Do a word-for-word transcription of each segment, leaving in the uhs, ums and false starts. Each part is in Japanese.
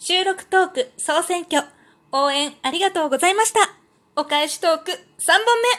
収録トーク総選挙応援ありがとうございました。お返しトークさんぼんめ。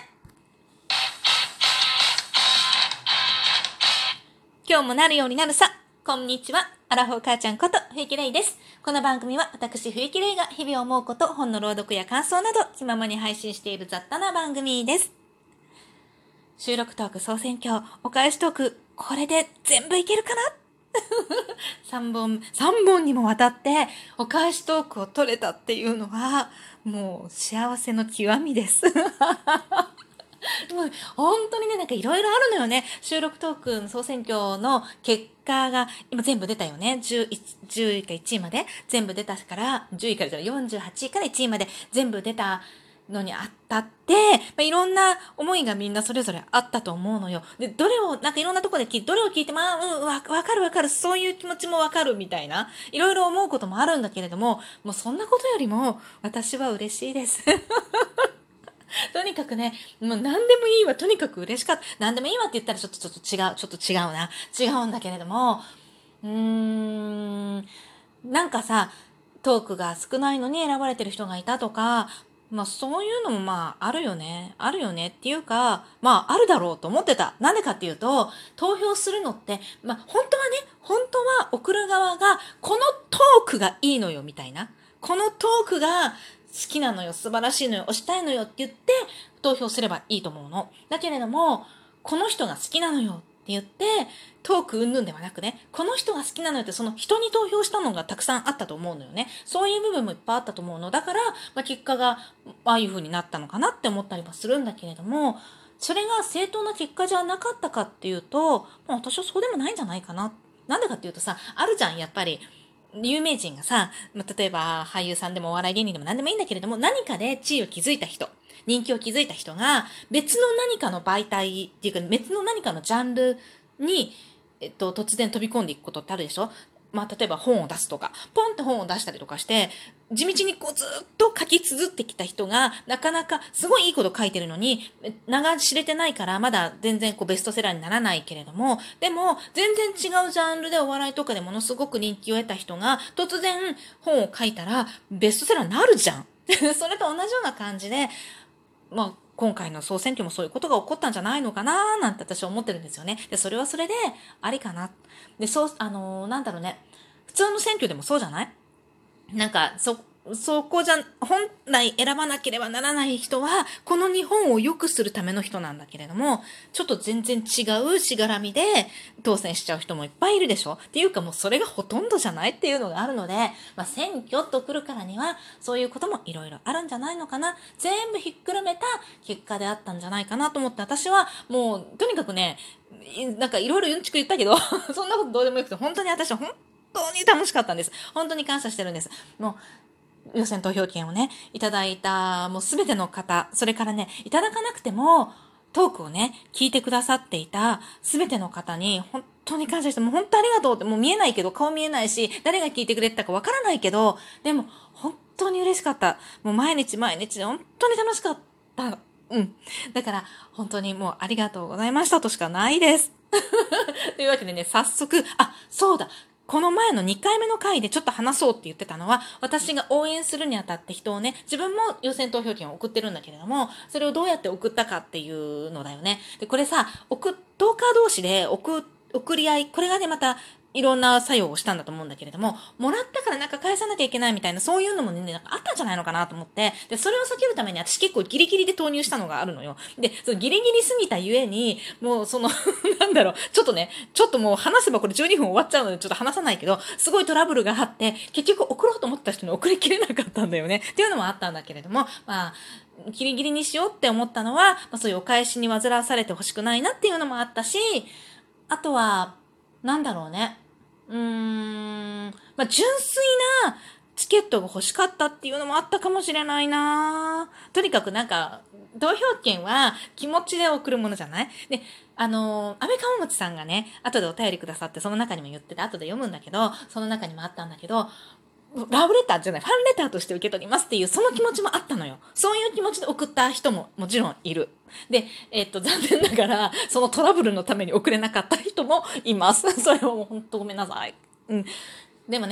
今日もなるようになるさ。こんにちは。アラフォー母ちゃんこと冬木玲です。この番組は私冬木玲が日々思うこと、本の朗読や感想など気ままに配信している雑多な番組です。収録トーク総選挙お返しトーク、これで全部いけるかなさんぼん、三本にもわたってお返しトークを取れたっていうのはもう幸せの極みですもう本当にね、なんかいろいろあるのよね。収録トークの総選挙の結果が今全部出たよね。じゅういち、じゅういかいちいまで全部出たから、じゅういからじゃない、よんじゅうはちいからいちいまで全部出たのにあったって、まあ、いろんな思いがみんなそれぞれあったと思うのよ。で、どれを、なんかいろんなところで聞いて、どれを聞いても、あ、うん、わ、わかるわかる、そういう気持ちもわかるみたいな、いろいろ思うこともあるんだけれども、もうそんなことよりも、私は嬉しいです。とにかくね、もう何でもいいわ、とにかく嬉しかった。何でもいいわって言ったらちょっとちょっと違う、ちょっと違うな。違うんだけれども、うーん、なんかさ、トークが少ないのに選ばれてる人がいたとか、まあそういうのもまああるよね。あるよねっていうか、まああるだろうと思ってた。なんでかっていうと、投票するのって、まあ本当はね、本当は送る側がこのトークがいいのよみたいな。このトークが好きなのよ、素晴らしいのよ、推したいのよって言って投票すればいいと思うの。だけれども、この人が好きなのよって言って、トーク云々ではなくね、この人が好きなのよってその人に投票したのがたくさんあったと思うのよね。そういう部分もいっぱいあったと思うの。だから、まあ、結果がああいう風になったのかなって思ったりはするんだけれども、それが正当な結果じゃなかったかっていうと、まあ、私はそうでもないんじゃないかな。なんでかっていうとさ、あるじゃん、やっぱり。有名人がさ、例えば俳優さんでもお笑い芸人でも何でもいいんだけれども、何かで地位を築いた人、人気を築いた人が、別の何かの媒体っていうか、別の何かのジャンルに、えっと、突然飛び込んでいくことってあるでしょ。まあ、例えば本を出すとか、ポンって本を出したりとかして、地道にこうずっと書き綴ってきた人が、なかなかすごいいいこと書いてるのに、名が知れてないからまだ全然こうベストセラーにならないけれども、でも全然違うジャンルでお笑いとかでものすごく人気を得た人が、突然本を書いたらベストセラーになるじゃん。それと同じような感じで、まあ、今回の総選挙もそういうことが起こったんじゃないのかななんて私は思ってるんですよね。で、それはそれでありかな。で、そう、あのー、なんだろうね。普通の選挙でもそうじゃない？なんか、そ、そこじゃ、本来選ばなければならない人は、この日本を良くするための人なんだけれども、ちょっと全然違うしがらみで当選しちゃう人もいっぱいいるでしょ。っていうかもうそれがほとんどじゃないっていうのがあるので、まあ選挙と来るからには、そういうこともいろいろあるんじゃないのかな。全部ひっくるめた結果であったんじゃないかなと思って、私はもう、とにかくね、なんかいろいろうんちく言ったけど、そんなことどうでもよくて、本当に私は本当に楽しかったんです。本当に感謝してるんです。もう、予選投票権をね、いただいた、もうすべての方、それからね、いただかなくても、トークをね、聞いてくださっていたすべての方に、本当に感謝して、もう本当ありがとうって、もう見えないけど、顔見えないし、誰が聞いてくれてたかわからないけど、でも、本当に嬉しかった。もう毎日毎日、本当に楽しかった。うん。だから、本当にもうありがとうございましたとしかないです。というわけでね、早速、あ、そうだ。この前のにかいめの回でちょっと話そうって言ってたのは、私が応援するにあたって人をね、自分も予選投票権を送ってるんだけれども、それをどうやって送ったかっていうのだよね。で、これさ、送、トーカー同士で送、送り合い、これがね、また、いろんな作用をしたんだと思うんだけれども、もらったからなんか返さなきゃいけないみたいな、そういうのもね、なんかあったんじゃないのかなと思って、で、それを避けるために私結構ギリギリで投入したのがあるのよ。で、そのギリギリすぎたゆえに、もうそのなんだろう、ちょっとね、ちょっともう話せばこれじゅうにふん終わっちゃうのでちょっと話さないけど、すごいトラブルがあって、結局送ろうと思った人に送りきれなかったんだよね。っていうのもあったんだけれども、まあ、ギリギリにしようって思ったのは、まあ、そういうお返しに煩わされてほしくないなっていうのもあったし、あとは、なんだろうね。うーん、まあ、純粋なチケットが欲しかったっていうのもあったかもしれないな。とにかくなんか、投票権は気持ちで送るものじゃない？で、あのー、安倍川持さんがね、後でお便りくださって、その中にも言ってて、後で読むんだけど、その中にもあったんだけど、ラブレターじゃない、ファンレターとして受け取りますっていう、その気持ちもあったのよ。そういう気持ちで送った人ももちろんいる。で、えっと、残念ながら、そのトラブルのために送れなかった人もいます。それはもう本当ごめんなさい。うん。でもね、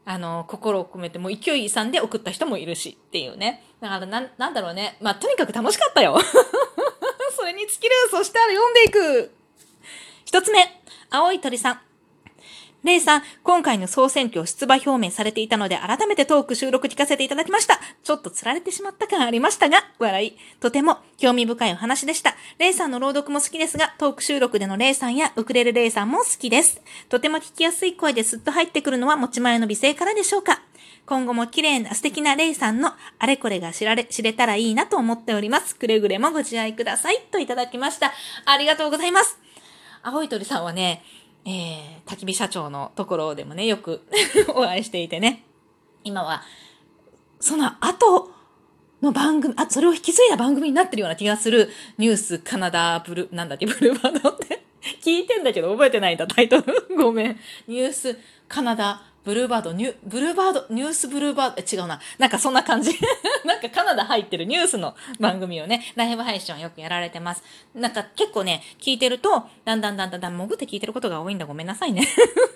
あの、心を込めて、もう勢いさんで送った人もいるしっていうね。だからな、なんだろうね。まあ、とにかく楽しかったよ。それに尽きる。そしたら読んでいく。一つ目、青い鳥さん。レイさん、今回の総選挙出馬表明されていたので、改めてトーク収録聞かせていただきました。ちょっと釣られてしまった感ありましたが、笑い。とても興味深いお話でした。レイさんの朗読も好きですが、トーク収録でのレイさんやウクレレレイさんも好きです。とても聞きやすい声ですっと入ってくるのは持ち前の美声からでしょうか。今後も綺麗な素敵なレイさんのあれこれが知られ、知れたらいいなと思っております。くれぐれもご自愛ください。といただきました。ありがとうございます。青い鳥さんはね、えー、焚き火社長のところでもね、よくお会いしていてね。今は、その後の番組、あ、それを引き継いだ番組になってるような気がする、ニュースカナダブル、なんだっけ、ブルーバードって。聞いてんだけど覚えてないんだ、タイトル。ごめん。ニュースカナダブルーバード、ニュ、ブルーバード、ニュースブルーバード、え、違うな。なんかそんな感じ。なんかカナダ入ってるニュースの番組をね、ライブ配信はよくやられてます。なんか結構ね、聞いてると、だんだんだんだんだん潜って聞いてることが多いんだ。ごめんなさいね。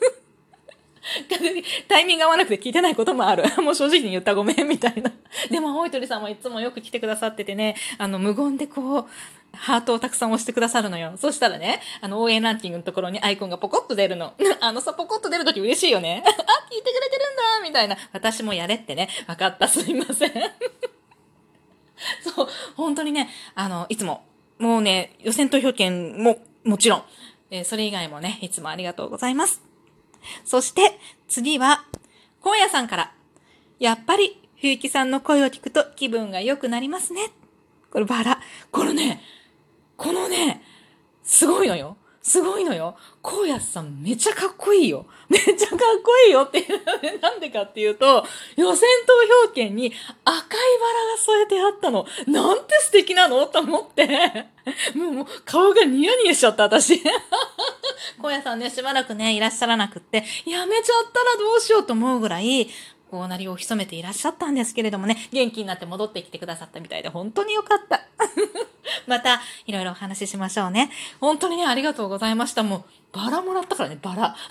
タイミング合わなくて聞いてないこともある。もう正直に言ったごめんみたいな。でも、青い鳥さんはいつもよく来てくださっててね、あの、無言でこう、ハートをたくさん押してくださるのよ。そしたらね、あの、応援ランキングのところにアイコンがポコッと出るの。あのさ、ポコッと出るとき嬉しいよね。あ、聞いてくれてるんだみたいな。私もやれってね。わかった。すいません。そう、本当にね、あの、いつも、もうね、予選投票権ももちろん、えー、それ以外もね、いつもありがとうございます。そして、次は、荒野さんから。やっぱり、冬木さんの声を聞くと気分が良くなりますね。これバラ。このね、このね、すごいのよ。すごいのよ。荒野さんめちゃかっこいいよ。めっちゃかっこいいよっていうので、なんでかっていうと、予選投票権に赤いバラが添えてあったの。なんて素敵なのと思って。もう、もう顔がニヤニヤしちゃった、私。荒野さんね、しばらくね、いらっしゃらなくって、やめちゃったらどうしようと思うぐらい、こうなりを潜めていらっしゃったんですけれどもね、元気になって戻ってきてくださったみたいで、本当によかった。また、いろいろお話ししましょうね。本当にね、ありがとうございました。もう、バラもらったからね、バラ。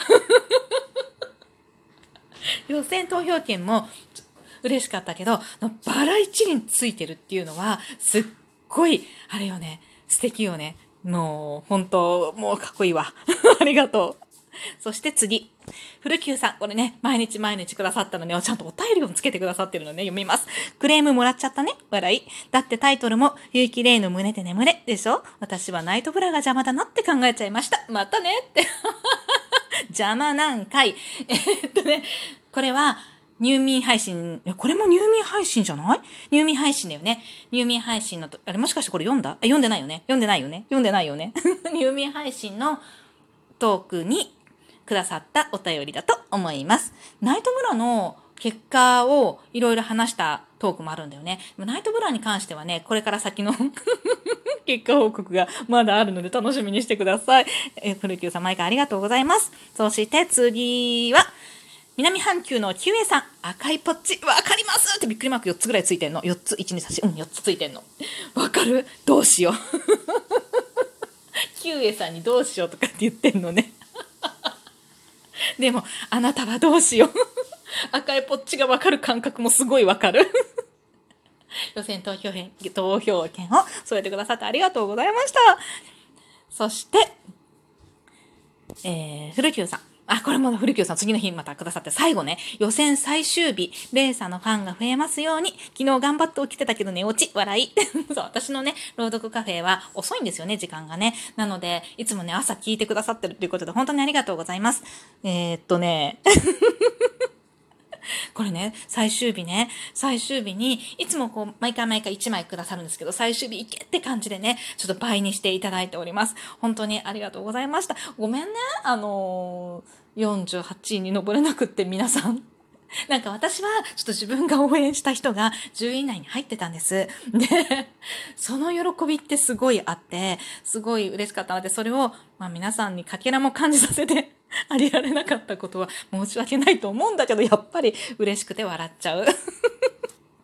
予選投票権も嬉しかったけど、バラ一輪ついてるっていうのは、すっごい、あれよね、素敵よね。もう、本当、もうかっこいいわ。ありがとう。そして次。古久さん。これね、毎日毎日くださったのね、ちゃんとお便りをつけてくださってるのね、読みます。クレームもらっちゃったね。笑い。だってタイトルも、結城玲の胸で眠れ。でしょ？私はナイトブラが邪魔だなって考えちゃいました。またねって。邪魔なんかい。えー、っとね、これは、入眠配信、これも入眠配信じゃない？入眠配信だよね。入眠配信のと、あれもしかしてこれ読んだ？読んでないよね。読んでないよね。読んでないよね。入眠配信のトークにくださったお便りだと思います。ナイトブラの結果をいろいろ話したトークもあるんだよね。ナイトブラに関してはね、これから先の結果報告がまだあるので楽しみにしてください。え、古久さん毎回ありがとうございます。そして次は、南半球のキュウエさん、赤いポッチ、わかりますってびっくりマークよっつぐらいついてんの。よっつ、いち、に、さん、よん、うん、よっつついてんの。わかる？どうしよう。キュウエさんにどうしようとかって言ってんのね。でも、あなたはどうしよう。赤いポッチがわかる感覚もすごいわかる。予選投票権、投票権を添えてくださってありがとうございました。そして、えー、古久さん。あ、これも古久さん次の日またくださって最後ね、予選最終日、レイさんのファンが増えますように、昨日頑張って起きてたけど寝落ち、笑い。そう、私のね、朗読カフェは遅いんですよね、時間がね。なので、いつもね、朝聞いてくださってるということで、本当にありがとうございます。えー、っとね、これね、最終日ね、最終日に、いつもこう、毎回毎回いちまいくださるんですけど、最終日いけって感じでね、ちょっと倍にしていただいております。本当にありがとうございました。ごめんね、あのー、よんじゅうはちいに登れなくって皆さん。なんか私はちょっと自分が応援した人がじゅうい以内に入ってたんです。で、その喜びってすごいあって、すごい嬉しかったので、それを、まあ皆さんにかけらも感じさせてありられなかったことは申し訳ないと思うんだけど、やっぱり嬉しくて笑っちゃう。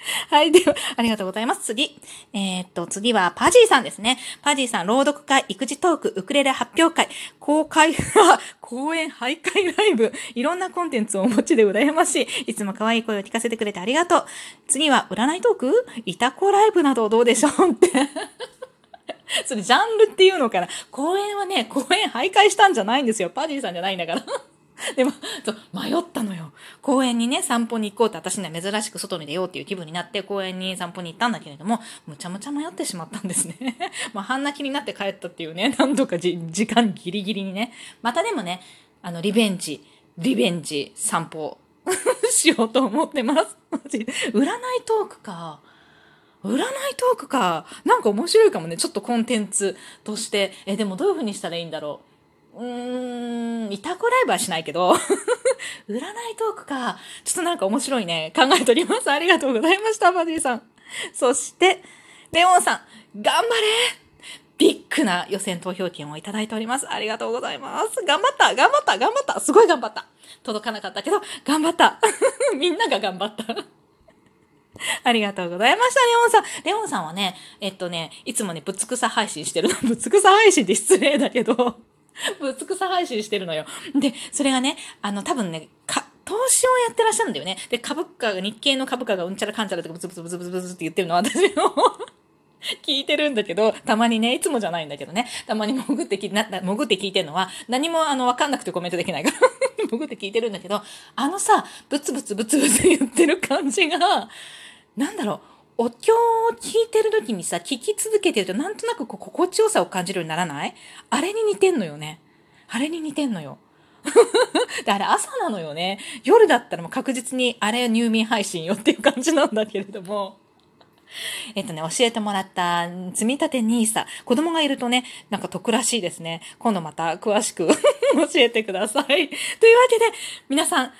はい。では、ありがとうございます。次。えー、っと、次はパジーさんですね。パジーさん、朗読会、育児トーク、ウクレレ発表会、公開、公演、徘徊ライブ、いろんなコンテンツをお持ちで羨ましい。いつも可愛い声を聞かせてくれてありがとう。次は、占いトーク、イタコライブなどどうでしょうって。それ、ジャンルっていうのかな。公演はね、公演徘徊したんじゃないんですよ。パジーさんじゃないんだから。でも、そう、迷ったのよ。公園にね、散歩に行こうって私には珍しく外に出ようっていう気分になって公園に散歩に行ったんだけれども、むちゃむちゃ迷ってしまったんですね。まあ、半泣きになって帰ったっていうね、なんとかじ時間ギリギリにね。またでもね、あの、リベンジ、リベンジ散歩しようと思ってます。マジで占いトークか。占いトークか。なんか面白いかもね。ちょっとコンテンツとして。え、でもどういう風にしたらいいんだろう。うーん、イタコライブはしないけど、占いトークか。ちょっとなんか面白いね。考えております。ありがとうございました、バディさん。そして、レオンさん、頑張れビッグな予選投票権をいただいております。ありがとうございます。頑張った、頑張った、頑張った。すごい頑張った。届かなかったけど、頑張った。みんなが頑張った。ありがとうございました、レオンさん。レオンさんはね、えっとね、いつもね、ぶつくさ配信してるの。ぶつくさ配信って失礼だけど、ぶつくさ配信してるのよ。で、それがね、あの、多分ね、か、投資をやってらっしゃるんだよね。で、株価が、日経の株価がうんちゃらかんちゃらとかブツブツブツブツブツって言ってるのは私の聞いてるんだけど、たまにね、いつもじゃないんだけどね、たまに潜ってき、な、潜って聞いてるのは、何もあの、わかんなくてコメントできないから潜って聞いてるんだけど、あのさ、ブツブツブツブツ言ってる感じが、なんだろう、お経を聞いてる時にさ、聞き続けてるとなんとなくこう心地よさを感じるようにならない？あれに似てんのよね。あれに似てんのよ。で、あれ朝なのよね。夜だったらもう確実にあれ入眠配信よっていう感じなんだけれども。えっとね、教えてもらった積み立てニーサ。子供がいるとね、なんか得らしいですね。今度また詳しく教えてください。というわけで、皆さん、